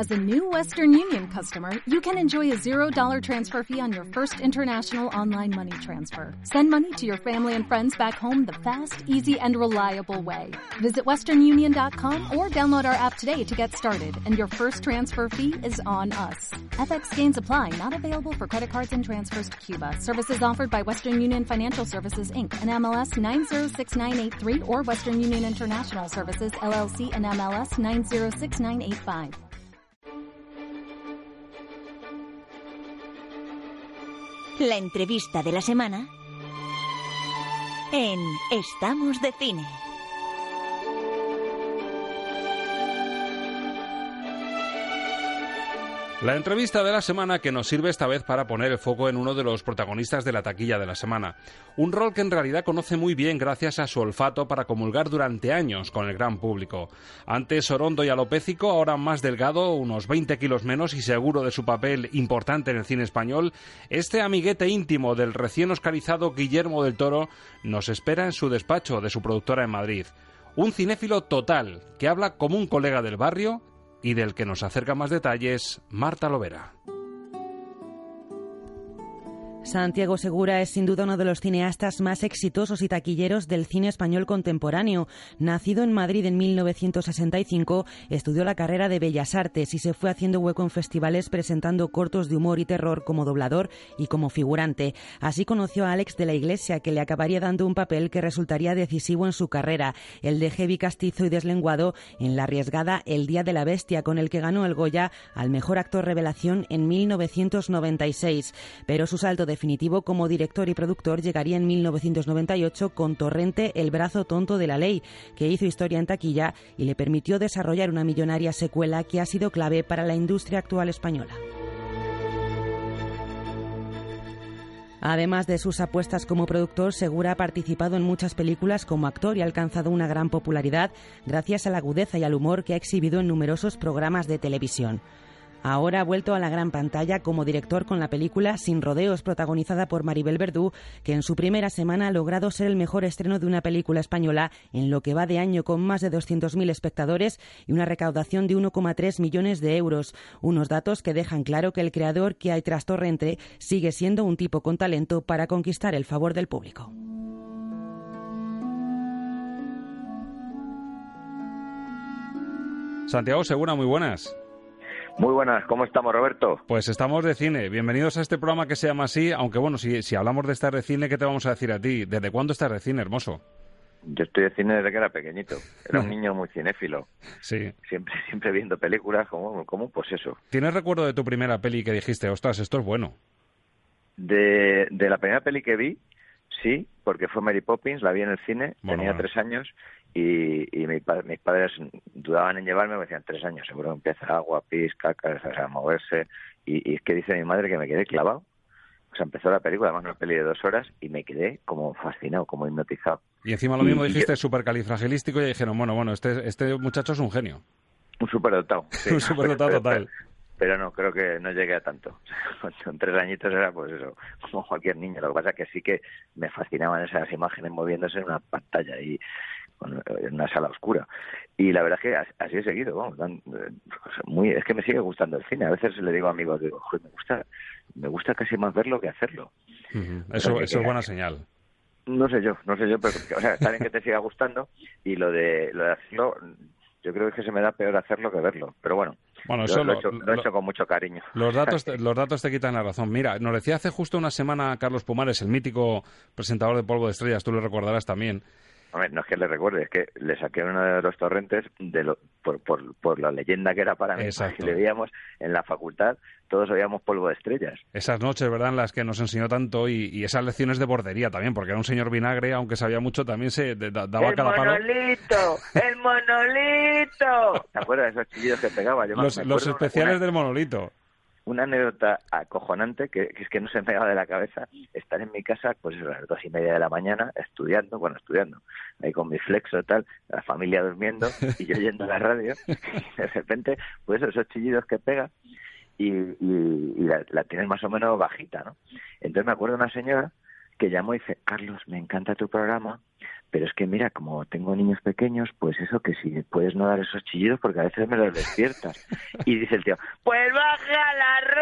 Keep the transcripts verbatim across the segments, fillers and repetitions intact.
As a new Western Union customer, you can enjoy a zero dollar transfer fee on your first international online money transfer. Send money to your family and friends back home the fast, easy, and reliable way. Visit western union dot com or download our app today to get started, and your first transfer fee is on us. F X gains apply, not available for credit cards and transfers to Cuba. Services offered by Western Union Financial Services, Incorporated, and M L S nine zero six nine eight three or Western Union International Services, L L C, and M L S nine zero six nine eight five. La entrevista de la semana en Estamos de Cine. La entrevista de la semana que nos sirve esta vez para poner el foco en uno de los protagonistas de la taquilla de la semana. Un rol que en realidad conoce muy bien gracias a su olfato para comulgar durante años con el gran público. Antes orondo y alopécico, ahora más delgado, unos veinte kilos menos y seguro de su papel importante en el cine español, este amiguete íntimo del recién oscarizado Guillermo del Toro nos espera en su despacho de su productora en Madrid. Un cinéfilo total que habla como un colega del barrio y del que nos acerca más detalles Marta Lovera. Santiago Segura es sin duda uno de los cineastas más exitosos y taquilleros del cine español contemporáneo. Nacido en Madrid en mil novecientos sesenta y cinco, estudió la carrera de Bellas Artes y se fue haciendo hueco en festivales presentando cortos de humor y terror como doblador y como figurante. Así conoció a Álex de la Iglesia, que le acabaría dando un papel que resultaría decisivo en su carrera, el de heavy castizo y deslenguado en la arriesgada El Día de la Bestia, con el que ganó el Goya al mejor actor revelación en mil novecientos noventa y seis. Pero su salto de definitivo como director y productor llegaría en mil novecientos noventa y ocho con Torrente, El brazo tonto de la ley, que hizo historia en taquilla y le permitió desarrollar una millonaria secuela que ha sido clave para la industria actual española. Además de sus apuestas como productor, Segura ha participado en muchas películas como actor y ha alcanzado una gran popularidad gracias a la agudeza y al humor que ha exhibido en numerosos programas de televisión. Ahora ha vuelto a la gran pantalla como director con la película Sin rodeos, protagonizada por Maribel Verdú, que en su primera semana ha logrado ser el mejor estreno de una película española en lo que va de año, con más de doscientos mil espectadores y una recaudación de uno coma tres millones de euros. Unos datos que dejan claro que el creador que hay tras Torrente sigue siendo un tipo con talento para conquistar el favor del público. Santiago Segura, muy buenas. Muy buenas, ¿cómo estamos, Roberto? Pues estamos de cine. Bienvenidos a este programa que se llama así, aunque bueno, si, si hablamos de estar de cine, ¿qué te vamos a decir a ti? ¿Desde cuándo estás de cine, hermoso? Yo estoy de cine desde que era pequeñito. Era un niño muy cinéfilo. Sí. Siempre siempre viendo películas, como, como pues eso. ¿Tienes recuerdo de tu primera peli que dijiste, ostras, esto es bueno? De, de la primera peli que vi, sí, porque fue Mary Poppins, la vi en el cine, bueno, tenía bueno. tres años... Y, y mi, mis padres dudaban en llevarme, me decían tres años, seguro que empieza agua, pis, caca, o sea, moverse. Y, y es que dice mi madre que me quedé clavado. O sea, empezó la película, además una peli de dos horas, y me quedé como fascinado, como hipnotizado. Y encima lo mismo y, dijiste, supercalifragilístico, y dijeron, bueno, bueno, este, este muchacho es un genio. Un superdotado. Sí, un superdotado pero, total. Pero, pero no, creo que no llegué a tanto. Con tres añitos era, pues eso, como cualquier niño. Lo que pasa es que sí que me fascinaban esas imágenes moviéndose en una pantalla y en una sala oscura. Y la verdad es que así he seguido, vamos, tan, muy, es que me sigue gustando el cine. A veces le digo a amigos, digo, joder, me gusta, me gusta casi más verlo que hacerlo. Uh-huh. Eso, eso es buena señal. No sé yo, no sé yo, pero o sea, está bien que te siga gustando, y lo de lo de hacerlo, yo creo que se me da peor hacerlo que verlo, pero bueno. Bueno, yo eso lo, lo, he hecho, lo he hecho con mucho cariño. Los datos, te, los datos te quitan la razón. Mira, nos decía hace justo una semana Carlos Pumares, el mítico presentador de Polvo de Estrellas, tú lo recordarás también. A ver, no es que le recuerde, es que le saqué uno de los torrentes de lo, por, por, por la leyenda que era para mí. Que le veíamos en la facultad, todos oíamos Polvo de Estrellas. Esas noches, ¿verdad?, en las que nos enseñó tanto, y, y esas lecciones de bordería también, porque era un señor vinagre, aunque sabía mucho, también se de, da, daba ¡El cada palo. ¡El monolito! ¡El monolito! ¿Te acuerdas de esos chillidos que pegaba? Yo los los especiales una... del monolito. Una anécdota acojonante que, que es que no se me va de la cabeza, estar en mi casa pues a las dos y media de la mañana estudiando, bueno, estudiando, ahí con mi flexo y tal, la familia durmiendo y yo yendo a la radio, y de repente, pues esos chillidos que pega y, y, y la, la tienes más o menos bajita, ¿no? Entonces me acuerdo de una señora que llamó y dice, Carlos, me encanta tu programa, pero es que mira, como tengo niños pequeños, pues eso, que si puedes no dar esos chillidos porque a veces me los despiertas. Y dice el tío, pues baja la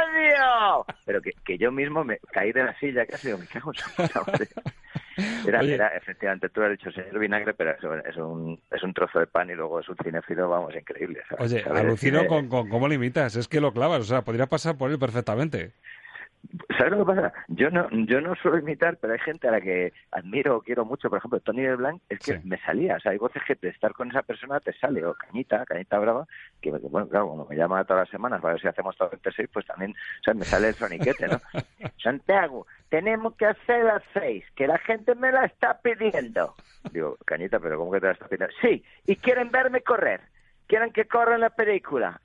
radio. Pero que, que yo mismo me caí de la silla casi, digo, me cago en su puta madre. Era, era, efectivamente, tú has dicho señor Vinagre, pero eso, es, un, es un trozo de pan y luego es un cinéfilo, vamos, increíble. ¿Sabes? Oye, ¿sabes? alucino Cine... con, con cómo limitas, es que lo clavas, o sea, podría pasar por él perfectamente. ¿Sabes lo que pasa? Yo no yo no suelo imitar, pero hay gente a la que admiro o quiero mucho. Por ejemplo, Tony LeBlanc, es que sí. me salía. O sea, hay voces que de estar con esa persona te sale. O Cañita, Cañita Brava, que, que bueno, claro, como me llama todas las semanas para ver si hacemos todo veintiséis, pues también, o sea, me sale el soniquete, ¿no? Santiago, tenemos que hacer las seis, que la gente me la está pidiendo. Digo, Cañita, ¿pero cómo que te la está pidiendo? Sí, y quieren verme correr. Quieren que corra en la película.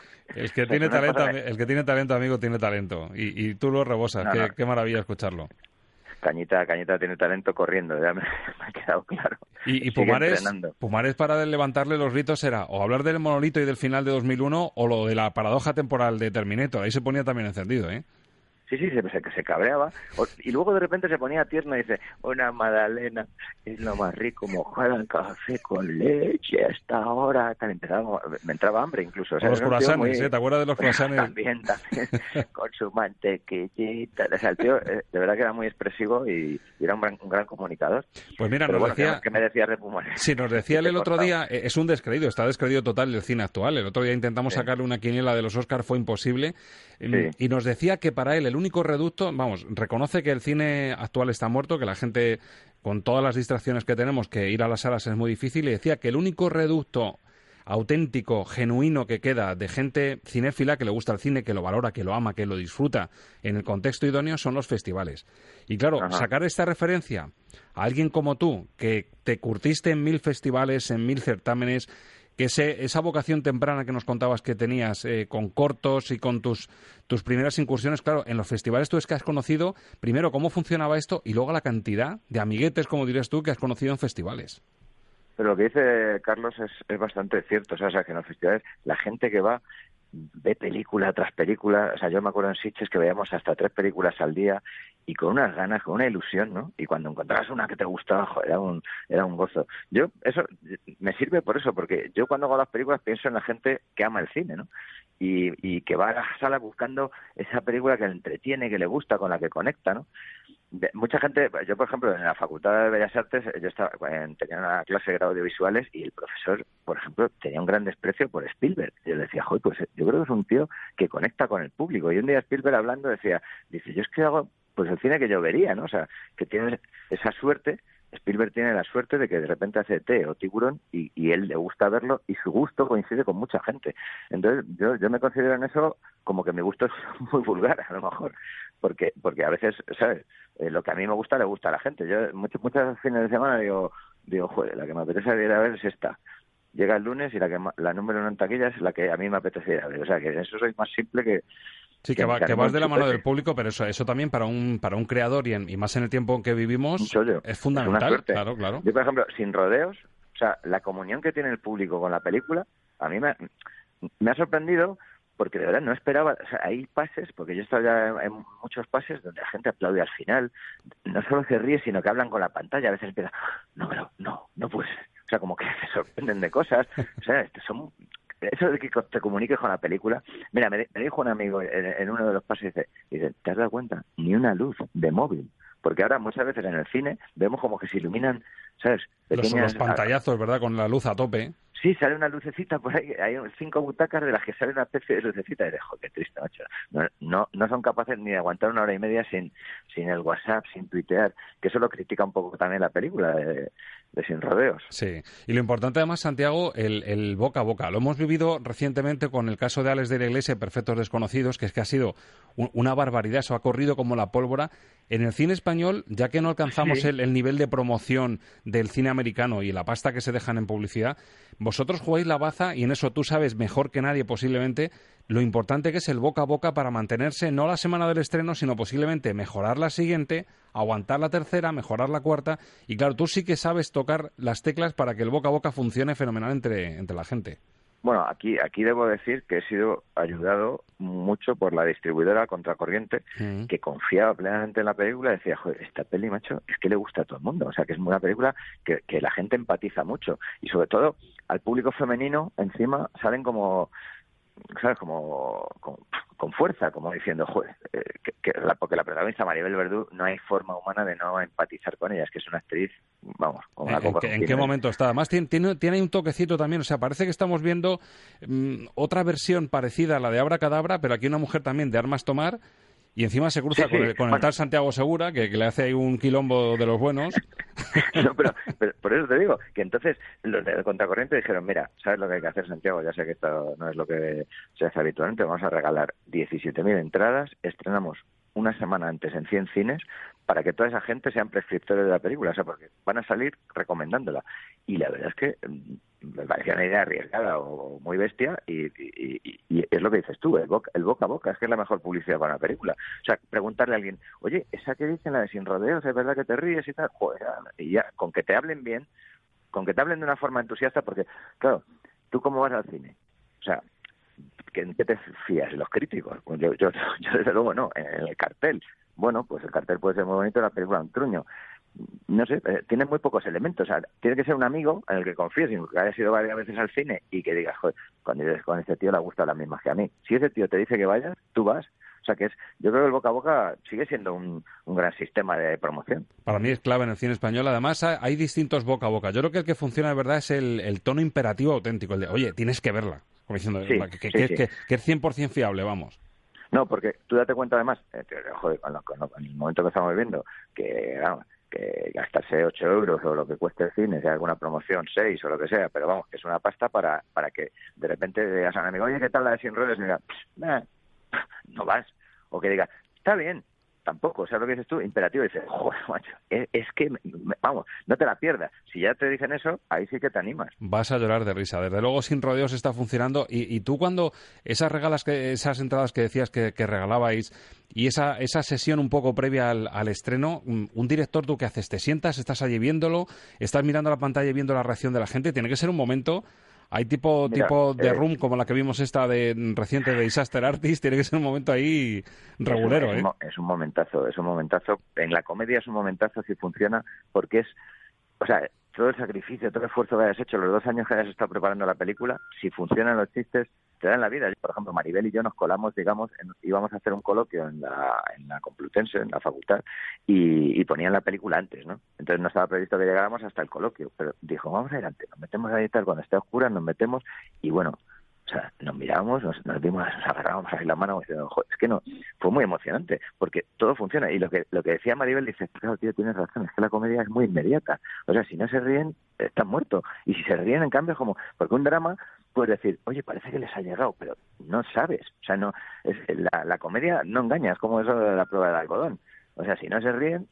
El que tiene talento, el que tiene talento, amigo, tiene talento. Y, y tú lo rebosas. No, qué, no. qué maravilla escucharlo. Cañita, Cañita tiene talento corriendo, ya me, me ha quedado claro. Y, y Pumares, Pumares, para levantarle los gritos era o hablar del monolito y del final de dos mil uno o lo de la paradoja temporal de Terminator. Ahí se ponía también encendido, ¿eh? Sí, sí, se, se, se cabreaba. Y luego de repente se ponía tierno y dice, una magdalena es lo más rico, mojada en café con leche hasta ahora. Me entraba, me entraba hambre incluso. O sea, los croissants, muy... ¿eh? ¿Te acuerdas de los croissants? También, también, con su mantequillita. O sea, el tío de verdad que era muy expresivo y, y era un gran, un gran comunicador. Pues mira, Pero nos bueno, decía... ¿qué me decías de Pumares? Sí, nos decía él el otro día, es un descreído, está descreído total del cine actual. El otro día intentamos sí. sacarle una quiniela de los Oscars, fue imposible. Sí. Y nos decía que para él el único reducto, vamos, reconoce que el cine actual está muerto, que la gente, con todas las distracciones que tenemos, que ir a las salas es muy difícil, y decía que el único reducto auténtico, genuino que queda de gente cinéfila que le gusta el cine, que lo valora, que lo ama, que lo disfruta en el contexto idóneo son los festivales. Y claro, Ajá. sacar esta referencia a alguien como tú, que te curtiste en mil festivales, en mil certámenes, que ese, esa vocación temprana que nos contabas que tenías eh, con cortos y con tus, tus primeras incursiones, claro, en los festivales tú es que has conocido primero cómo funcionaba esto y luego la cantidad de amiguetes, como dirías tú, que has conocido en festivales. Pero lo que dice Carlos es, es bastante cierto, o sea, o sea, que en los festivales la gente que va ve película tras película, o sea, yo me acuerdo en Sitges que veíamos hasta tres películas al día y con unas ganas, con una ilusión, ¿no? Y cuando encontrabas una que te gustaba, joder, era un, era un gozo. Yo, eso, me sirve por eso, porque yo cuando hago las películas pienso en la gente que ama el cine, ¿no? Y, y que va a la sala buscando esa película que le entretiene, que le gusta, con la que conecta, ¿no? De, mucha gente, yo por ejemplo en la Facultad de Bellas Artes yo estaba en, tenía una clase de grado audiovisuales y el profesor, por ejemplo, tenía un gran desprecio por Spielberg. Yo le decía, joder, pues yo creo que es un tío que conecta con el público. Y un día Spielberg hablando decía, dice, yo es que hago pues el cine que yo vería, ¿no? O sea, que tiene esa suerte. Spielberg tiene la suerte de que de repente hace E T o Tiburón y, y él le gusta verlo y su gusto coincide con mucha gente. Entonces yo, yo me considero en eso como que mi gusto es muy vulgar, a lo mejor, porque porque a veces, ¿sabes? Eh, lo que a mí me gusta le gusta a la gente. Yo muchos muchos fines de semana digo, digo, joder, la que me apetece ir a ver es esta. Llega el lunes y la que la número uno en taquilla es la que a mí me apetece ir a ver. O sea, que eso soy más simple que... Sí, que, va, que vas de la mano del público, pero eso eso también para un para un creador y, en, y más en el tiempo en que vivimos es fundamental. Es una suerte. Claro, claro. Yo, por ejemplo, Sin Rodeos, o sea, la comunión que tiene el público con la película, a mí me, me ha sorprendido porque de verdad no esperaba, o sea, hay pases, porque yo he estado ya en, en muchos pases donde la gente aplaude al final, no solo se ríe, sino que hablan con la pantalla, a veces empieza, no, pero no, no puede ser. O sea, como que se sorprenden de cosas, o sea, son... Eso de que te comuniques con la película. Mira, me, me dijo un amigo en, en uno de los pases, dice, dice, ¿te has dado cuenta? Ni una luz de móvil. Porque ahora muchas veces en el cine vemos como que se iluminan, ¿sabes? Pequeñas, los, los pantallazos, ¿verdad? Con la luz a tope. Sí, sale una lucecita por ahí, hay cinco butacas de las que sale una especie de lucecita y dejo, qué triste, macho. No, no, no son capaces ni de aguantar una hora y media sin, sin el WhatsApp, sin tuitear, que eso lo critica un poco también la película de, de Sin Rodeos. Sí, y lo importante además, Santiago, el, el boca a boca. Lo hemos vivido recientemente con el caso de Alex de la Iglesia y Perfectos Desconocidos, que es que ha sido un, una barbaridad, eso ha corrido como la pólvora. En el cine español, ya que no alcanzamos sí. el, el nivel de promoción del cine americano y la pasta que se dejan en publicidad, vosotros jugáis la baza y en eso tú sabes mejor que nadie posiblemente lo importante que es el boca a boca para mantenerse no la semana del estreno, sino posiblemente mejorar la siguiente, aguantar la tercera, mejorar la cuarta. Y claro, tú sí que sabes tocar las teclas para que el boca a boca funcione fenomenal entre, entre la gente. Bueno, aquí aquí debo decir que he sido ayudado mucho por la distribuidora Contracorriente, mm. que confiaba plenamente en la película y decía, joder, esta peli, macho, es que le gusta a todo el mundo. O sea, que es una película que, que la gente empatiza mucho. Y sobre todo, al público femenino, encima, salen como... ¿sabes? Como con, con fuerza, como diciendo, joder, eh, que, que la, porque la protagonista Maribel Verdú no hay forma humana de no empatizar con ella, es que es una actriz, vamos, con una ¿En, copa ¿en qué momento está? Además tiene, tiene, tiene un toquecito también, o sea, parece que estamos viendo mmm, otra versión parecida a la de Abracadabra, pero aquí una mujer también de Armas Tomar, y encima se cruza sí, con, el, con bueno. el tal Santiago Segura, que, que le hace ahí un quilombo de los buenos. No, pero, pero por eso te digo, que entonces los de Contracorriente dijeron, mira, ¿sabes lo que hay que hacer, Santiago? Ya sé que esto no es lo que se hace habitualmente, vamos a regalar diecisiete mil entradas, estrenamos una semana antes en cien cines, para que toda esa gente sean prescriptores de la película, o sea, porque van a salir recomendándola. Y la verdad es que me parecía una idea arriesgada o muy bestia, y, y, y, y es lo que dices tú, el boca, el boca a boca, es que es la mejor publicidad para una película. O sea, preguntarle a alguien, oye, esa que dicen, la de Sin Rodeos, ¿es verdad que te ríes y tal? Joder, y ya, con que te hablen bien, con que te hablen de una forma entusiasta, porque, claro, ¿tú cómo vas al cine? O sea, ¿en qué te fías? ¿En los críticos? Pues yo, yo, yo desde luego no, en el cartel. Bueno, pues el cartel puede ser muy bonito, la película un truño. No sé, eh, tiene muy pocos elementos. O sea, tiene que ser un amigo en el que confíes, que haya ido varias veces al cine y que digas, joder, cuando dices con este tío le gustan las mismas que a mí. Si ese tío te dice que vayas, tú vas. O sea, que es, yo creo que el boca a boca sigue siendo un, un gran sistema de promoción. Para mí es clave en el cine español. Además, hay distintos boca a boca. Yo creo que el que funciona de verdad es el, el tono imperativo auténtico, el de, oye, tienes que verla. Como diciendo, sí, que, sí, que, sí. Que, que es cien por ciento fiable, vamos. No, porque tú date cuenta además, eh, joder, con, lo, con, lo, con el momento que estamos viviendo, que vamos, que gastarse ocho euros o lo que cueste el cine, si hay alguna promoción, seis o lo que sea, pero vamos, que es una pasta para para que de repente digas a un amigo, oye, ¿qué tal la de Sin Rodeos? Y diga, nah, no vas. O que diga, está bien, tampoco, ¿sabes lo que dices tú? Imperativo, y dices, joder, macho, es, es que, vamos, no te la pierdas. Si ya te dicen eso, ahí sí que te animas. Vas a llorar de risa. Desde luego, Sin Rodeos está funcionando. Y, y tú cuando esas regalas que, esas entradas que decías que, que regalabais y esa, esa sesión un poco previa al, al estreno, un director, ¿tú qué haces? ¿Te sientas, estás allí viéndolo, estás mirando la pantalla y viendo la reacción de la gente? Tiene que ser un momento... Hay tipo Mira, tipo de eh, room como la que vimos esta de reciente de Disaster Artist, tiene que ser un momento ahí regulero, es un, ¿eh? Es un momentazo, es un momentazo. En la comedia es un momentazo si funciona, porque es, o sea, todo el sacrificio, todo el esfuerzo que hayas hecho, los dos años que hayas estado preparando la película, si funcionan los chistes, te dan la vida. Yo, por ejemplo, Maribel y yo nos colamos, digamos, en, íbamos a hacer un coloquio en la, en la Complutense, en la facultad, y, y ponían la película antes, ¿no? Entonces no estaba previsto que llegáramos hasta el coloquio, pero dijo, vamos a ir antes, nos metemos ahí tal, cuando esté oscura nos metemos, y bueno, o sea, nos mirábamos, nos, nos dimos, nos agarrábamos así la mano, y diciendo, joder, es que no, fue muy emocionante, porque todo funciona, y lo que lo que decía Maribel, dice, claro, tío, tienes razón, es que la comedia es muy inmediata, o sea, si no se ríen, están muertos, y si se ríen, en cambio, como, porque un drama, puedes decir, oye, parece que les ha llegado, pero no sabes, o sea, no, es, la, la comedia no engaña, es como eso de la prueba del algodón, o sea, si no se ríen,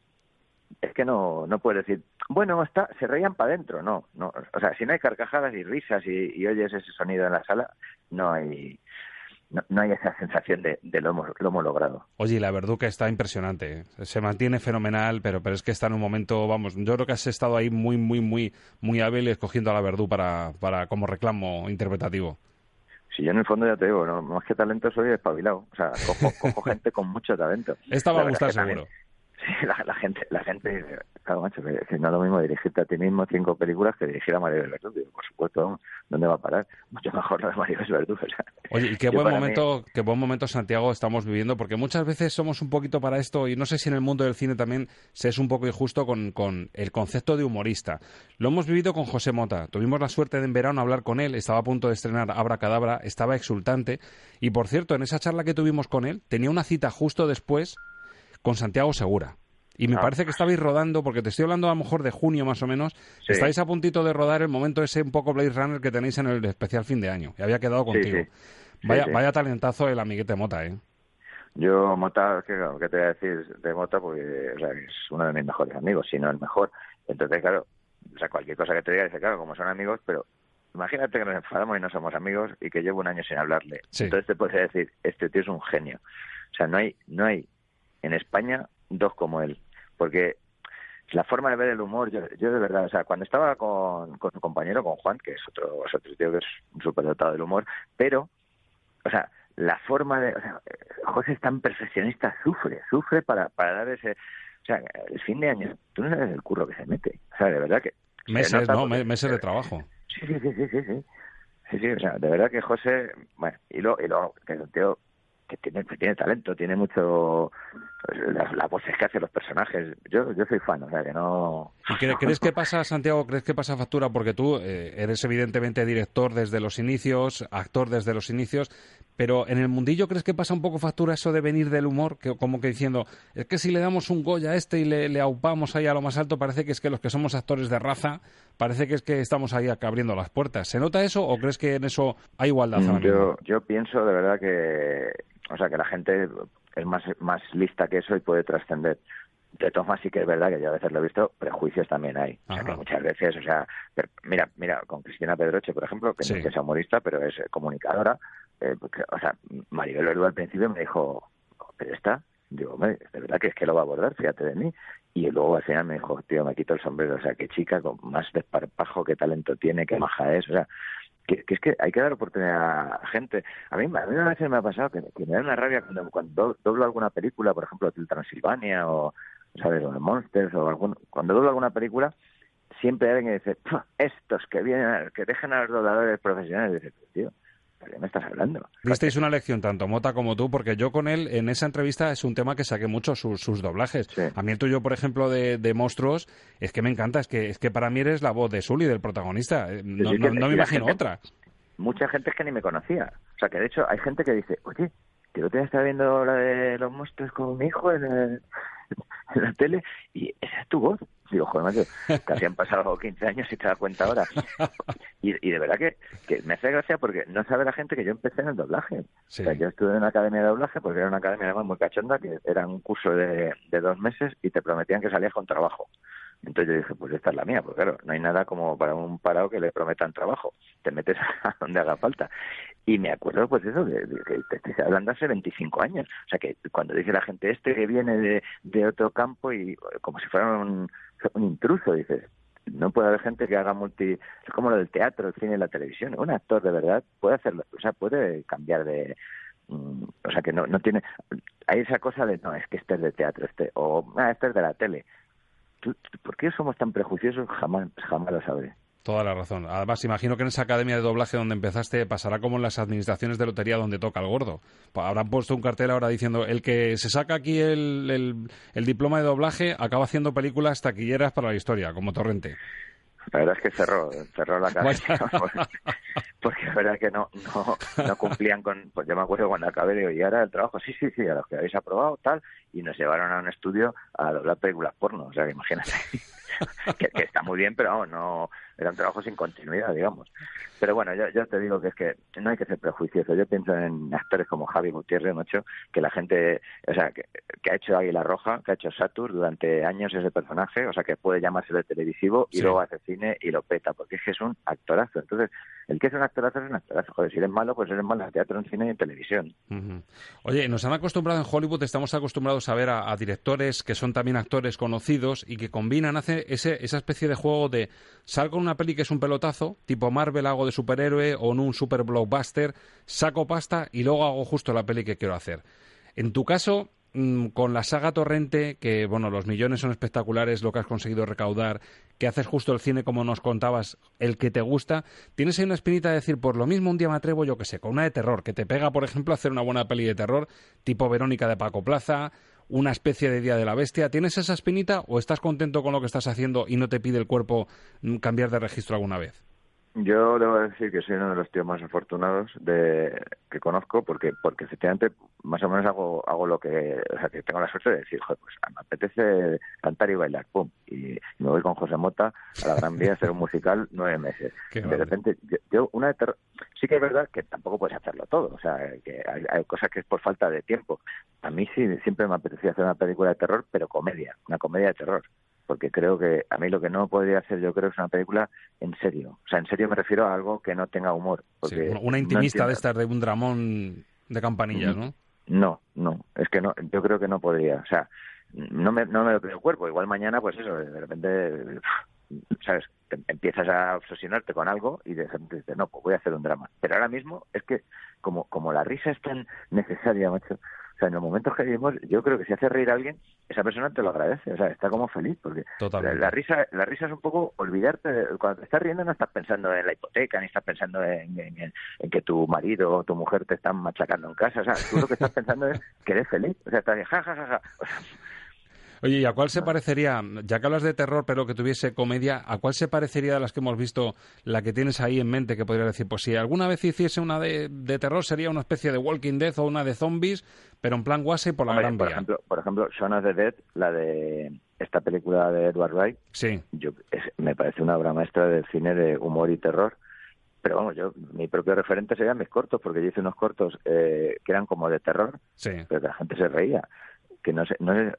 es que no no puedes decir, bueno, está, se reían para adentro, no, no, o sea, si no hay carcajadas y risas y, y oyes ese sonido en la sala, no hay no, no hay esa sensación de, de lo, hemos, lo hemos logrado. Oye, la Verduca está impresionante, se mantiene fenomenal, pero pero es que está en un momento, vamos, yo creo que has estado ahí muy, muy, muy, muy hábil escogiendo a la Verdú para, para como reclamo interpretativo. Si yo en el fondo ya te digo, no, más que talento soy espabilado, o sea, cojo, cojo gente con mucho talento. Esta va a gustar seguro. También, sí, la, la gente, la gente dice, claro, macho, que, que no es lo mismo dirigirte a ti mismo cinco películas que dirigir a Maribel Verdú. Digo, por supuesto, ¿dónde va a parar? Mucho mejor la de Maribel Verdú. O sea, oye, y qué buen momento, mí... qué buen momento, Santiago, estamos viviendo, porque muchas veces somos un poquito para esto, y no sé si en el mundo del cine también se es un poco injusto con, con el concepto de humorista. Lo hemos vivido con José Mota. Tuvimos la suerte de en verano hablar con él, estaba a punto de estrenar Abracadabra, estaba exultante, y por cierto, en esa charla que tuvimos con él, tenía una cita justo después con Santiago Segura. Y me ah. parece que estabais rodando, porque te estoy hablando a lo mejor de junio más o menos, sí. Estáis a puntito de rodar el momento ese un poco Blade Runner que tenéis en el especial fin de año. Y había quedado contigo. Sí, sí. Vaya, sí, sí. vaya talentazo el amiguete Mota, ¿eh? Yo, Mota, ¿qué, qué te voy a decir de Mota? Porque o sea, es uno de mis mejores amigos, si no el mejor. Entonces, claro, o sea, cualquier cosa que te diga, dice, claro, como son amigos, pero imagínate que nos enfadamos y no somos amigos y que llevo un año sin hablarle. Sí. Entonces te puedes decir, este tío es un genio. O sea, no hay, no hay en España dos como él. Porque la forma de ver el humor, yo, yo de verdad, o sea, cuando estaba con, con su compañero, con Juan, que es otro, es otro tío que es un superdotado del humor, pero, o sea, la forma de, o sea, José es tan perfeccionista, sufre, sufre para, para dar ese, o sea, el fin de año, tú no sabes el curro que se mete, o sea, de verdad que... Meses, ¿no? Porque, meses de trabajo. Sí, sí, sí, sí, sí, sí, sí, sí, o sea, de verdad que José, bueno, y luego, y luego que es un tío que tiene, que tiene talento, tiene mucho... Las, las voces que hacen los personajes. Yo yo soy fan, o sea, que no... ¿Y cre, crees que pasa, Santiago, crees que pasa factura? Porque tú eh, eres evidentemente director desde los inicios, actor desde los inicios, pero en el mundillo, ¿crees que pasa un poco factura eso de venir del humor? Que como que diciendo, es que si le damos un Goya a este y le, le aupamos ahí a lo más alto, parece que es que los que somos actores de raza, parece que es que estamos ahí abriendo las puertas. ¿Se nota eso o crees que en eso hay igualdad? Yo, yo pienso de verdad que... O sea, que la gente es más, más lista que eso y puede trascender. De todas maneras, sí que es verdad que yo a veces lo he visto, prejuicios también hay. O sea, que muchas veces, o sea, pero, mira, mira, con Cristina Pedroche, por ejemplo, que sí. no es que sea humorista, pero es comunicadora, eh, porque, o sea, Maribel Verdú al principio me dijo, pero esta, digo, hombre, de verdad que es que lo va a abordar, fíjate de mí. Y luego al final me dijo, tío, me quito el sombrero, o sea, qué chica, con más desparpajo, qué talento tiene, qué maja es, o sea... Que, que es que hay que dar oportunidad a gente. A mí, a mí a veces me ha pasado que, que me da una rabia cuando, cuando doblo alguna película, por ejemplo, Hotel Transilvania o, ¿sabes?, o Monsters, o algún, cuando doblo alguna película, siempre hay alguien que dice, estos que vienen, que dejan a los dobladores profesionales, y dice, tío, ¿de qué me estás hablando? Disteis una lección, tanto Mota como tú, porque yo con él, en esa entrevista, es un tema que saqué mucho, sus, sus doblajes. Sí. A mí el tuyo, por ejemplo, de, de Monstruos, es que me encanta, es que es que para mí eres la voz de Sully, del protagonista. No, sí, no, no me imagino gente, otra. Mucha gente es que ni me conocía. O sea, que de hecho hay gente que dice, oye, que no te estaba viendo la de los monstruos con mi hijo en, el, en la tele, y esa es tu voz. Digo, joder, macho, casi han pasado quince años y te das cuenta ahora. Y, y de verdad que, que me hace gracia porque no sabe la gente que yo empecé en el doblaje. Sí. O sea, yo estuve en una academia de doblaje porque era una academia además muy cachonda, que era un curso de, de dos meses y te prometían que salías con trabajo. Entonces yo dije, pues esta es la mía, porque claro, no hay nada como para un parado que le prometan trabajo. Te metes a donde haga falta. Y me acuerdo, pues eso, de, de que te estoy hablando hace veinticinco años. O sea, que cuando dice la gente este que viene de, de otro campo y como si fuera un, un intruso, dices, no puede haber gente que haga multi... Es como lo del teatro, el cine y la televisión. Un actor de verdad puede hacerlo, o sea, puede cambiar de... Um, o sea, que no, no tiene... Hay esa cosa de, no, es que este es de teatro, este o ah, este es de la tele. ¿Tú, ¿Por qué somos tan prejuiciosos? Jamás, jamás lo sabré. Toda la razón. Además, imagino que en esa academia de doblaje donde empezaste pasará como en las administraciones de lotería donde toca el gordo. Habrán puesto un cartel ahora diciendo el que se saca aquí el, el, el diploma de doblaje acaba haciendo películas taquilleras para la historia, como Torrente. La verdad es que cerró, cerró la academia. Porque la verdad es que no, no, no cumplían con... Pues yo me acuerdo cuando acabé, digo, y ahora el trabajo, sí, sí, sí, a los que habéis aprobado, tal, y nos llevaron a un estudio a doblar películas porno, o sea, que imagínate, que, que está muy bien, pero vamos, no, era un trabajo sin continuidad, digamos. Pero bueno, yo, yo te digo que es que no hay que ser prejuicioso. Yo pienso en actores como Javi Gutiérrez, macho, que la gente, o sea, que, que ha hecho Águila Roja, que ha hecho Satur durante años ese personaje, o sea, que puede llamarse de televisivo y sí. Luego hace cine y lo peta, porque es que es un actorazo. Entonces, el que es un actorazo es un actorazo. Joder, si eres malo, pues eres malo en teatro, en cine y en televisión. Uh-huh. Oye, nos han acostumbrado en Hollywood, estamos acostumbrados a ver a, a directores que son también actores conocidos y que combinan, hace ese, esa especie de juego de salgo en una peli que es un pelotazo, tipo Marvel, hago de superhéroe o en un super blockbuster, saco pasta y luego hago justo la peli que quiero hacer. En tu caso, con la saga Torrente, que bueno, los millones son espectaculares, lo que has conseguido recaudar, que haces justo el cine como nos contabas, el que te gusta, tienes ahí una espinita de decir, por lo mismo un día me atrevo, yo que sé, con una de terror, que te pega, por ejemplo, hacer una buena peli de terror, tipo Verónica de Paco Plaza, una especie de Día de la Bestia. ¿Tienes esa espinita o estás contento con lo que estás haciendo y no te pide el cuerpo cambiar de registro alguna vez? Yo debo decir que soy uno de los tíos más afortunados de que conozco, porque porque efectivamente más o menos hago hago lo que, o sea, que tengo la suerte de decir, joder, pues me apetece cantar y bailar, pum, y me voy con José Mota a la Gran Vía a hacer un musical nueve meses. Qué de vale. repente, yo, yo una de terror, sí que es verdad que tampoco puedes hacerlo todo, o sea, que hay, hay cosas que es por falta de tiempo. A mí sí siempre me apetecía hacer una película de terror, pero comedia, una comedia de terror. Porque creo que a mí lo que no podría hacer, yo creo, es una película en serio. O sea, en serio me refiero a algo que no tenga humor. Porque sí, una intimista no de estas, de un dramón de campanillas, ¿no? No, no, es que no, yo creo que no podría. O sea, no me, no me lo creo el cuerpo. Igual mañana, pues eso, de repente, ¿sabes? Te empiezas a obsesionarte con algo y de repente dices, no, pues voy a hacer un drama. Pero ahora mismo es que como, como la risa es tan necesaria, macho, o sea, en los momentos que vivimos, yo creo que si hace reír a alguien, esa persona te lo agradece, o sea, está como feliz, porque la, la risa la risa es un poco olvidarte, de, cuando te estás riendo no estás pensando en la hipoteca, ni estás pensando en, en, en, en que tu marido o tu mujer te están machacando en casa, o sea, tú lo que estás pensando es que eres feliz, o sea, estás bien, ja, ja, ja, ja. O sea, oye, ¿y a cuál se parecería, ya que hablas de terror, pero que tuviese comedia, a cuál se parecería de las que hemos visto la que tienes ahí en mente, que podrías decir, pues si alguna vez hiciese una de, de terror sería una especie de Walking Dead o una de zombies, pero en plan guase por la hombre, Gran por Vía? Ejemplo, por ejemplo, Shaun of the Dead, la de esta película de Edward Wright, sí. yo, es, me parece una obra maestra del cine de humor y terror. Pero vamos, yo, mi propio referente serían mis cortos, porque yo hice unos cortos eh, que eran como de terror, sí. pero que la gente se reía. Que no sé, no sé,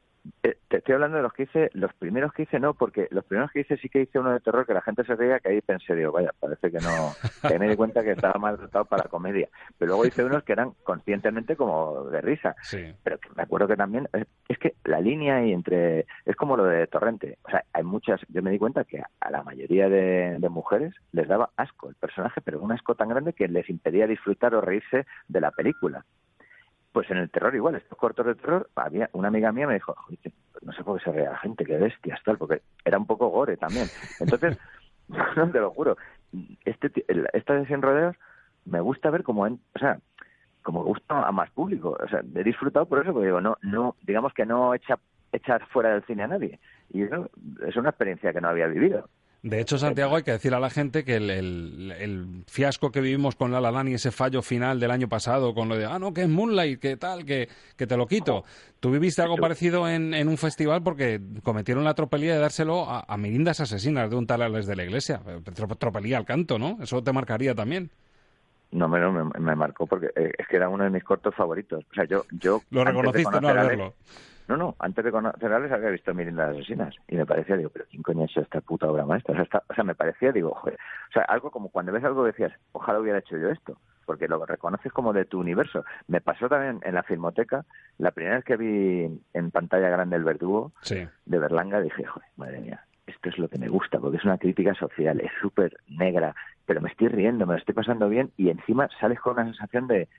eh, te estoy hablando de los que hice, los primeros que hice no, porque los primeros que hice sí que hice uno de terror que la gente se reía, que ahí pensé, digo, vaya, parece que no, que ahí me di cuenta que estaba mal tratado para la comedia. Pero luego hice unos que eran conscientemente como de risa. Sí. Pero que me acuerdo que también, es, es que la línea ahí entre, es como lo de Torrente, o sea, hay muchas, yo me di cuenta que a, a la mayoría de, de mujeres les daba asco el personaje, pero un asco tan grande que les impedía disfrutar o reírse de la película. Pues en el terror igual, estos cortos de terror, había una amiga mía me dijo, no sé por qué se rea la gente, qué bestias, tal, porque era un poco gore también. Entonces, no te lo juro, este esta de Sin Rodeos me gusta ver como, en, o sea, como gusta a más público, o sea, he disfrutado por eso, porque digo, no, no, digamos que no echa echar fuera del cine a nadie, y eso es una experiencia que no había vivido. De hecho, Santiago, hay que decir a la gente que el, el, el fiasco que vivimos con La La Land y ese fallo final del año pasado con lo de, ah, no, que es Moonlight, que tal, que, que te lo quito. Tú viviste algo parecido en, en un festival porque cometieron la tropelía de dárselo a, a Mirindas Asesinas de un tal Alex de la Iglesia. Tropelía al canto, ¿no? Eso te marcaría también. No, me, me, me marcó porque eh, es que era uno de mis cortos favoritos. O sea, yo... yo lo reconociste, no, al verlo. Alex, no, no, antes de conocer a Alex había visto Mirindas Asesinas y me parecía, digo, pero ¿quién coño ha hecho esta puta obra maestra? O sea, esta, o sea, me parecía, digo, joder, o sea, algo como cuando ves algo decías, ojalá hubiera hecho yo esto, porque lo reconoces como de tu universo. Me pasó también en la Filmoteca, la primera vez que vi en pantalla grande El Verdugo, sí, de Berlanga, dije, joder, madre mía, esto es lo que me gusta, porque es una crítica social, es súper negra, pero me estoy riendo, me lo estoy pasando bien, y encima sales con una sensación de,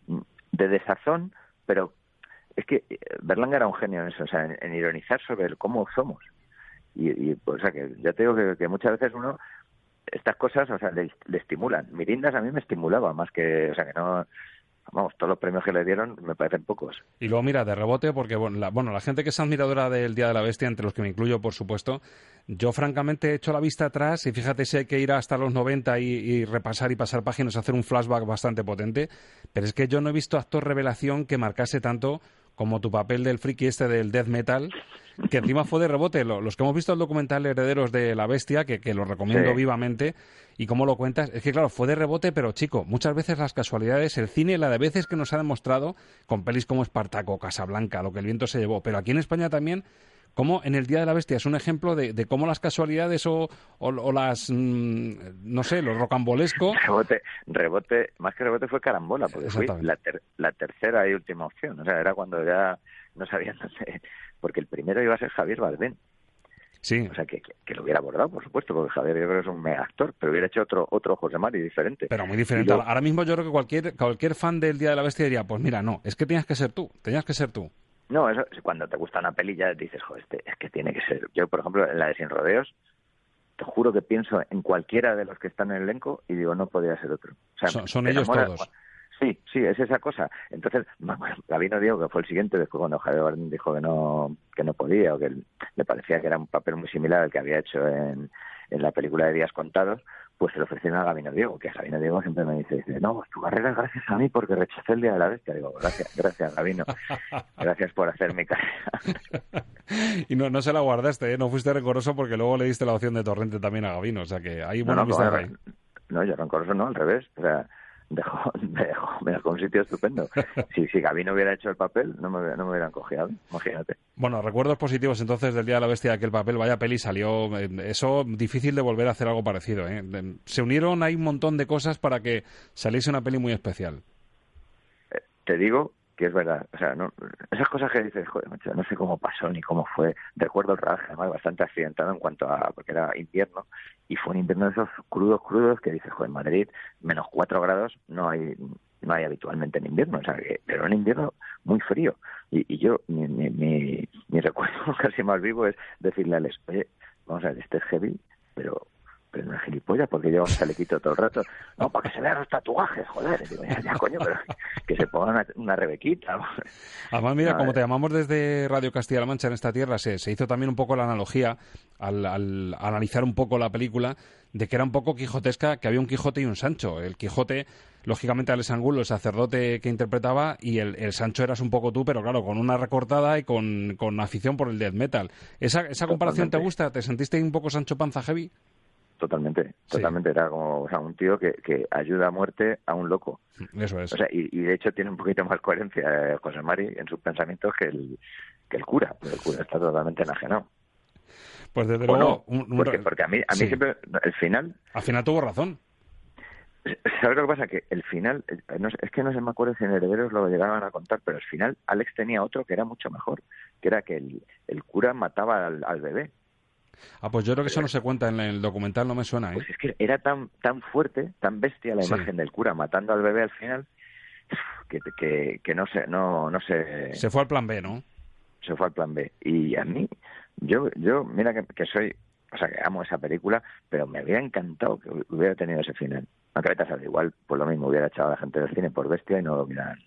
de desazón, pero es que Berlanga era un genio en eso, o sea, en, en ironizar sobre el cómo somos. Y, y pues, o sea, que ya te digo que, que muchas veces uno, estas cosas, o sea, le, le estimulan. Mirindas a mí me estimulaba más que, o sea, que no... Vamos, todos los premios que le dieron me parecen pocos. Y luego, mira, de rebote, porque bueno la, bueno, la gente que es admiradora del Día de la Bestia, entre los que me incluyo, por supuesto, yo francamente he hecho la vista atrás y fíjate si hay que ir hasta los noventa y, y repasar y pasar páginas, hacer un flashback bastante potente, pero es que yo no he visto actor revelación que marcase tanto como tu papel del friki este del death metal, que encima fue de rebote. Los que hemos visto el documental Herederos de la Bestia, que, que lo recomiendo sí. vivamente, y cómo lo cuentas, es que claro, fue de rebote, pero chico, muchas veces las casualidades, el cine, la de veces que nos ha demostrado, con pelis como Espartaco, Casablanca, Lo que el viento se llevó, pero aquí en España también, como en el Día de la Bestia es un ejemplo de, de cómo las casualidades o, o, o las, mmm, no sé, lo rocambolesco... Rebote, rebote, más que rebote fue carambola, porque fue la, ter, la tercera y última opción. O sea, era cuando ya no sabían dónde... Porque el primero iba a ser Javier Bardem. Sí. O sea, que, que, que lo hubiera abordado, por supuesto, porque Javier yo creo que es un mega actor, pero hubiera hecho otro otro José Mari diferente. Pero muy diferente. Yo... Ahora mismo yo creo que cualquier cualquier fan del Día de la Bestia diría, pues mira, no, es que tenías que ser tú, tenías que ser tú. No, eso cuando te gusta una peli ya dices, joder, este, es que tiene que ser. Yo, por ejemplo, en la de Sin Rodeos, te juro que pienso en cualquiera de los que están en el elenco y digo, no podría ser otro. O sea, son son ellos enamora... todos. Sí, sí, es esa cosa. Entonces, Gabino Diego, que fue el siguiente, después cuando Javier Bardem dijo que no que no podía o que le parecía que era un papel muy similar al que había hecho en, en la película de Días Contados, pues se lo ofrecieron a Gabino Diego, que Gabino Diego siempre me dice, dice no, tu carrera es gracias a mí porque rechacé el Día de la Bestia. Digo, gracias, gracias Gabino, gracias por hacer mi carrera. Y no, no se la guardaste, ¿eh? No fuiste rencoroso porque luego le diste la opción de Torrente también a Gabino, o sea que ahí buena no, no, amistad no, no, no, yo rencoroso no, al revés, o sea... Dejó, me dejó, me dejó un sitio estupendo. Si, si Gabino hubiera hecho el papel, no me, no me hubieran cogido, imagínate. Bueno, recuerdos positivos entonces del Día de la Bestia, que el papel, vaya peli, salió. Eso, difícil de volver a hacer algo parecido, ¿eh? Se unieron, hay un montón de cosas para que saliese una peli muy especial. Eh, te digo que es verdad. O sea, no, esas cosas que dices, joder, macho, no sé cómo pasó ni cómo fue. Recuerdo el rodaje, además, bastante accidentado en cuanto a, porque era invierno, y fue un invierno de esos crudos, crudos, que dices, joder, en Madrid, menos cuatro grados, no hay no hay habitualmente en invierno, o sea, que, pero en invierno muy frío. Y, y yo, mi, mi, mi, mi recuerdo casi más vivo es decirle a Alex, oye, vamos a ver, este es heavy, pero... pero no es gilipollas, porque lleva un chalequito todo el rato. No, para que se vean los tatuajes, joder. Y digo, ya, ya, coño, pero que se ponga una, una rebequita. Además, mira, no, como eh. te llamamos desde Radio Castilla-La Mancha en esta tierra, se, se hizo también un poco la analogía, al, al analizar un poco la película, de que era un poco quijotesca, que había un Quijote y un Sancho. El Quijote, lógicamente, Alex Angulo, el sacerdote que interpretaba, y el, el Sancho eras un poco tú, pero claro, con una recortada y con, con afición por el death metal. ¿Esa, esa comparación te gusta? ¿Te sentiste un poco Sancho Panza heavy? Totalmente, totalmente. Sí. Era como, o sea, un tío que, que ayuda a muerte a un loco. Eso es. O sea, y, y de hecho tiene un poquito más coherencia eh, José Mari en sus pensamientos que el, que el cura. El cura está totalmente enajenado. Pues desde luego... No, un, un... Porque, porque a mí, a mí sí. siempre, el final... Al final tuvo razón. ¿Sabes lo que pasa? Que el final, no, es que no se me acuerdo si en Herederos lo llegaban a contar, pero al final Alex tenía otro que era mucho mejor, que era que el, el cura mataba al, al bebé. Ah, pues yo creo que eso no se cuenta en el documental, no me suena, ¿eh? Pues es que era tan tan fuerte, tan bestia la imagen sí. del cura matando al bebé al final, que, que, que no sé, no, no sé... Se fue al plan B, ¿no? Se fue al plan B. Y a mí, yo, yo mira que, que soy, o sea, que amo esa película, pero me habría encantado que hubiera tenido ese final. Aunque ahorita sabe, igual, pues lo mismo, hubiera echado a la gente del cine por bestia y no lo hubieran...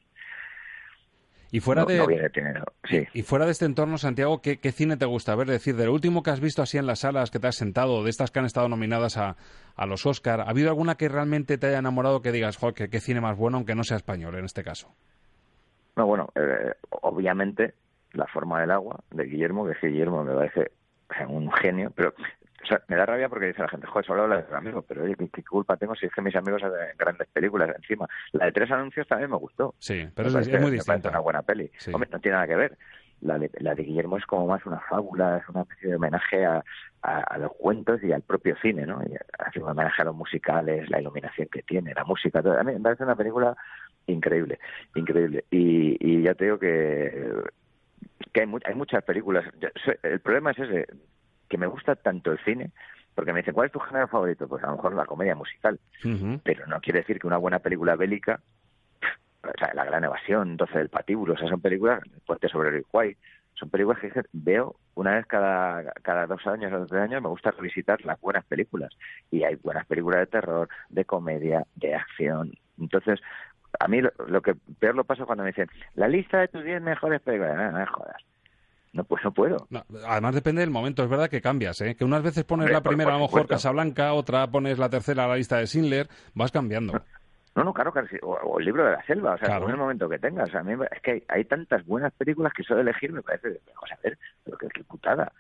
Y fuera, no, de, no tener, sí. y fuera de este entorno, Santiago, ¿qué, ¿qué cine te gusta ver? Es decir, de lo último que has visto así en las salas que te has sentado, de estas que han estado nominadas a, a los Oscar, ¿ha habido alguna que realmente te haya enamorado que digas, joder, qué, qué cine más bueno, aunque no sea español en este caso? No, bueno, eh, obviamente La forma del agua, de Guillermo, que es que Guillermo me parece un genio, pero... O sea, me da rabia porque dice la gente, joder, solo habla de sus amigos, pero oye, ¿qué, qué culpa tengo si es que mis amigos hacen grandes películas encima? La de Tres anuncios también me gustó. Sí, pero me es, parece, es muy me distinta. Es una buena peli. Sí. Hombre, no tiene nada que ver. La de, la de Guillermo es como más una fábula, es una especie de homenaje a, a, a los cuentos y al propio cine, ¿no? Y hace un homenaje a los musicales, la iluminación que tiene, la música, todo. A mí me parece una película increíble, increíble. Y, y ya te digo que, que hay, mu hay muchas películas. Yo, el problema es ese, que me gusta tanto el cine, porque me dicen, ¿cuál es tu género favorito? Pues a lo mejor la comedia musical. Uh-huh. Pero no quiere decir que una buena película bélica, o sea, La gran evasión, doce del patíbulo, o sea, son películas, El puente sobre el Uruguay, son películas que veo una vez cada, cada dos años o tres años, me gusta revisitar las buenas películas. Y hay buenas películas de terror, de comedia, de acción. Entonces, a mí lo, lo que peor lo paso cuando me dicen, la lista de tus diez mejores películas, no, no me jodas. No, pues no puedo. No, además depende del momento, es verdad que cambias, ¿eh? Que unas veces pones Hombre, la primera, por, por a lo mejor, Casablanca, otra pones la tercera a la lista de Schindler, vas cambiando. No, no, claro, claro o, o el libro de la selva, o sea, claro. Según el momento que tengas. O sea, a mí es que hay, hay tantas buenas películas que solo elegir me parece, vamos a ver, pero qué, qué putada.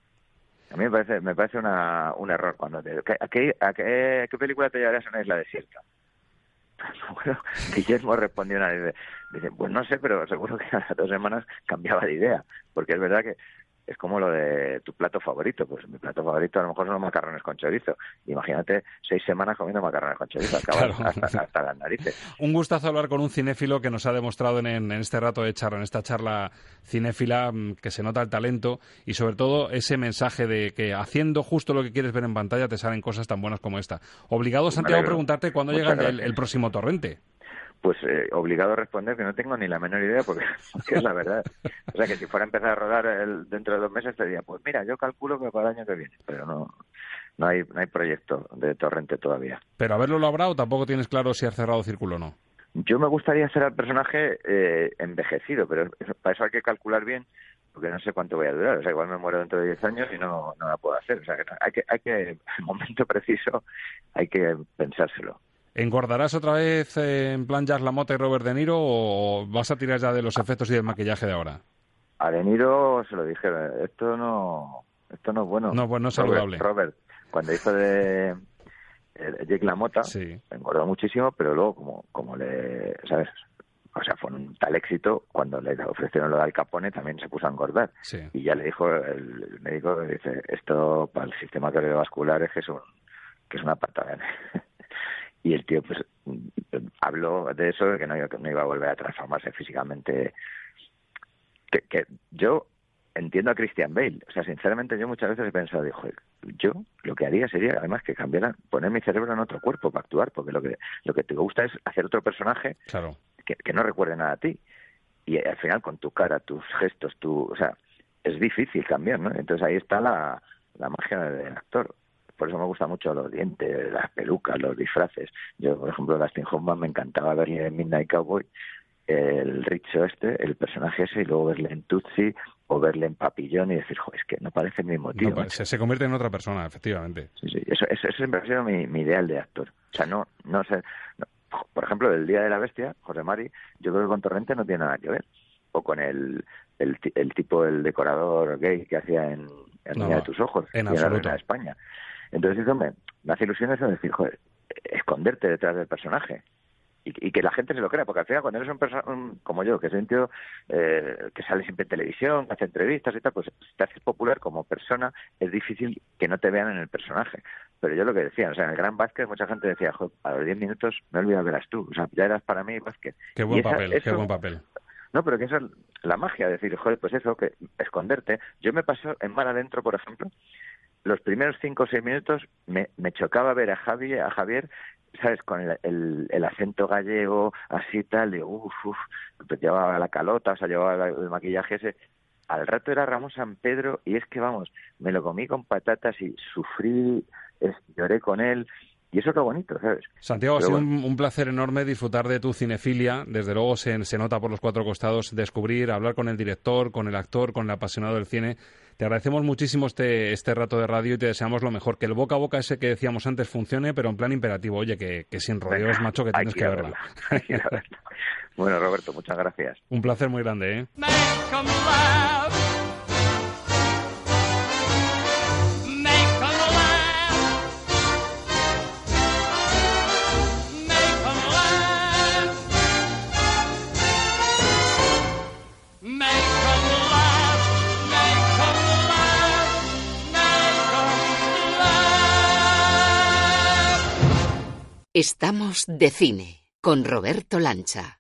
A mí me parece, me parece una, un error cuando te... ¿A qué, a qué, a qué película te llevarías a una isla desierta? Bueno, Guillermo respondió una vez, dice, pues no sé, pero seguro que a las dos semanas cambiaba de idea, porque es verdad que es como lo de tu plato favorito, pues mi plato favorito a lo mejor son los macarrones con chorizo. Imagínate seis semanas comiendo macarrones con chorizo, acabas claro. hasta, hasta las narices. Un gustazo hablar con un cinéfilo que nos ha demostrado en, en este rato de charla, en esta charla cinéfila, que se nota el talento y sobre todo ese mensaje de que haciendo justo lo que quieres ver en pantalla te salen cosas tan buenas como esta. Obligado, Santiago, a preguntarte cuándo Muchas llega el, el próximo Torrente. Pues eh, obligado a responder que no tengo ni la menor idea porque, porque es la verdad. O sea, que si fuera a empezar a rodar el, dentro de dos meses te diría, pues mira, yo calculo que para el año que viene, pero no no hay no hay proyecto de Torrente todavía. ¿Pero haberlo logrado tampoco tienes claro si has cerrado círculo o no? Yo me gustaría ser al personaje eh, envejecido, pero para eso hay que calcular bien porque no sé cuánto voy a durar. O sea, igual me muero dentro de diez años y no, no la puedo hacer. O sea, que hay que, hay que, en el momento preciso, hay que pensárselo. ¿Engordarás otra vez eh, en plan Jazz Lamotta y Robert De Niro o vas a tirar ya de los efectos y del maquillaje de ahora? A De Niro se lo dije, esto no esto no es bueno. No, pues no es saludable. Robert, Robert cuando hizo de, de Jake LaMotta, sí. engordó muchísimo, pero luego como como le, ¿sabes? O sea, fue un tal éxito, cuando le ofrecieron lo de Al Capone también se puso a engordar. Sí. Y ya le dijo el médico, que dice, esto para el sistema cardiovascular es que es, un, que es una patada. Y el tío, pues, habló de eso, de que no, que no iba a volver a transformarse físicamente. Que, que yo entiendo a Christian Bale. O sea, sinceramente yo muchas veces he pensado, dijo, yo lo que haría sería, además, que cambiara, poner mi cerebro en otro cuerpo para actuar, porque lo que lo que te gusta es hacer otro personaje claro. que, que no recuerde nada a ti. Y al final, con tu cara, tus gestos, tu, o sea, es difícil cambiar, ¿no? Entonces ahí está la, la magia del actor. Por eso me gustan mucho los dientes, las pelucas, los disfraces. Yo, por ejemplo, Dustin Hoffman me encantaba verle en Midnight Cowboy, el Richo este, el personaje ese, y luego verle en Tootsie o verle en Papillón y decir, joder, es que no parece el mismo tío. No, se, se convierte en otra persona, efectivamente. Sí, sí, eso, eso, eso siempre ha sido mi, mi ideal de actor. O sea, no, no sé... No. Por ejemplo, el Día de la Bestia, José Mari, yo creo que con Torrente no tiene nada que ver. O con el, el, el tipo, el decorador gay que hacía en, en no, Niña de tus ojos, en y en la absoluto. Reina de España. Entonces eso me, me hace ilusión eso de decir, joder, esconderte detrás del personaje. Y, y que la gente se lo crea, porque al final cuando eres un personaje como yo, que soy un tío eh, que sale siempre en televisión, que hace entrevistas y tal, pues te haces popular como persona, es difícil que no te vean en el personaje. Pero yo lo que decía, o sea, en el Gran Vázquez mucha gente decía, joder, a los diez minutos me olvidas verás tú, o sea, ya eras para mí Vázquez. Qué buen esa, papel, eso, qué buen papel. No, pero que eso es la magia, decir, joder, pues eso, que esconderte. Yo me pasó en Mar Adentro, por ejemplo, los primeros cinco o seis minutos me, me chocaba ver a Javi, a Javier, ¿sabes? Con el, el, el acento gallego, así tal, de uff, uff, pues llevaba la calota, o sea, llevaba el maquillaje ese. Al rato era Ramón San Pedro y es que, vamos, me lo comí con patatas y sufrí, es, lloré con él. Y eso es lo bonito, ¿sabes? Santiago, Pero ha sido bueno. un, un placer enorme disfrutar de tu cinefilia. Desde luego se, se nota por los cuatro costados, descubrir, hablar con el director, con el actor, con el apasionado del cine. Te agradecemos muchísimo este, este rato de radio y te deseamos lo mejor. Que el boca a boca ese que decíamos antes funcione, pero en plan imperativo. Oye, que, que sin rodeos, Venga, macho, que tienes que verla. verla. Bueno, Roberto, muchas gracias. Un placer muy grande, ¿eh? Estamos de cine con Roberto Lancha.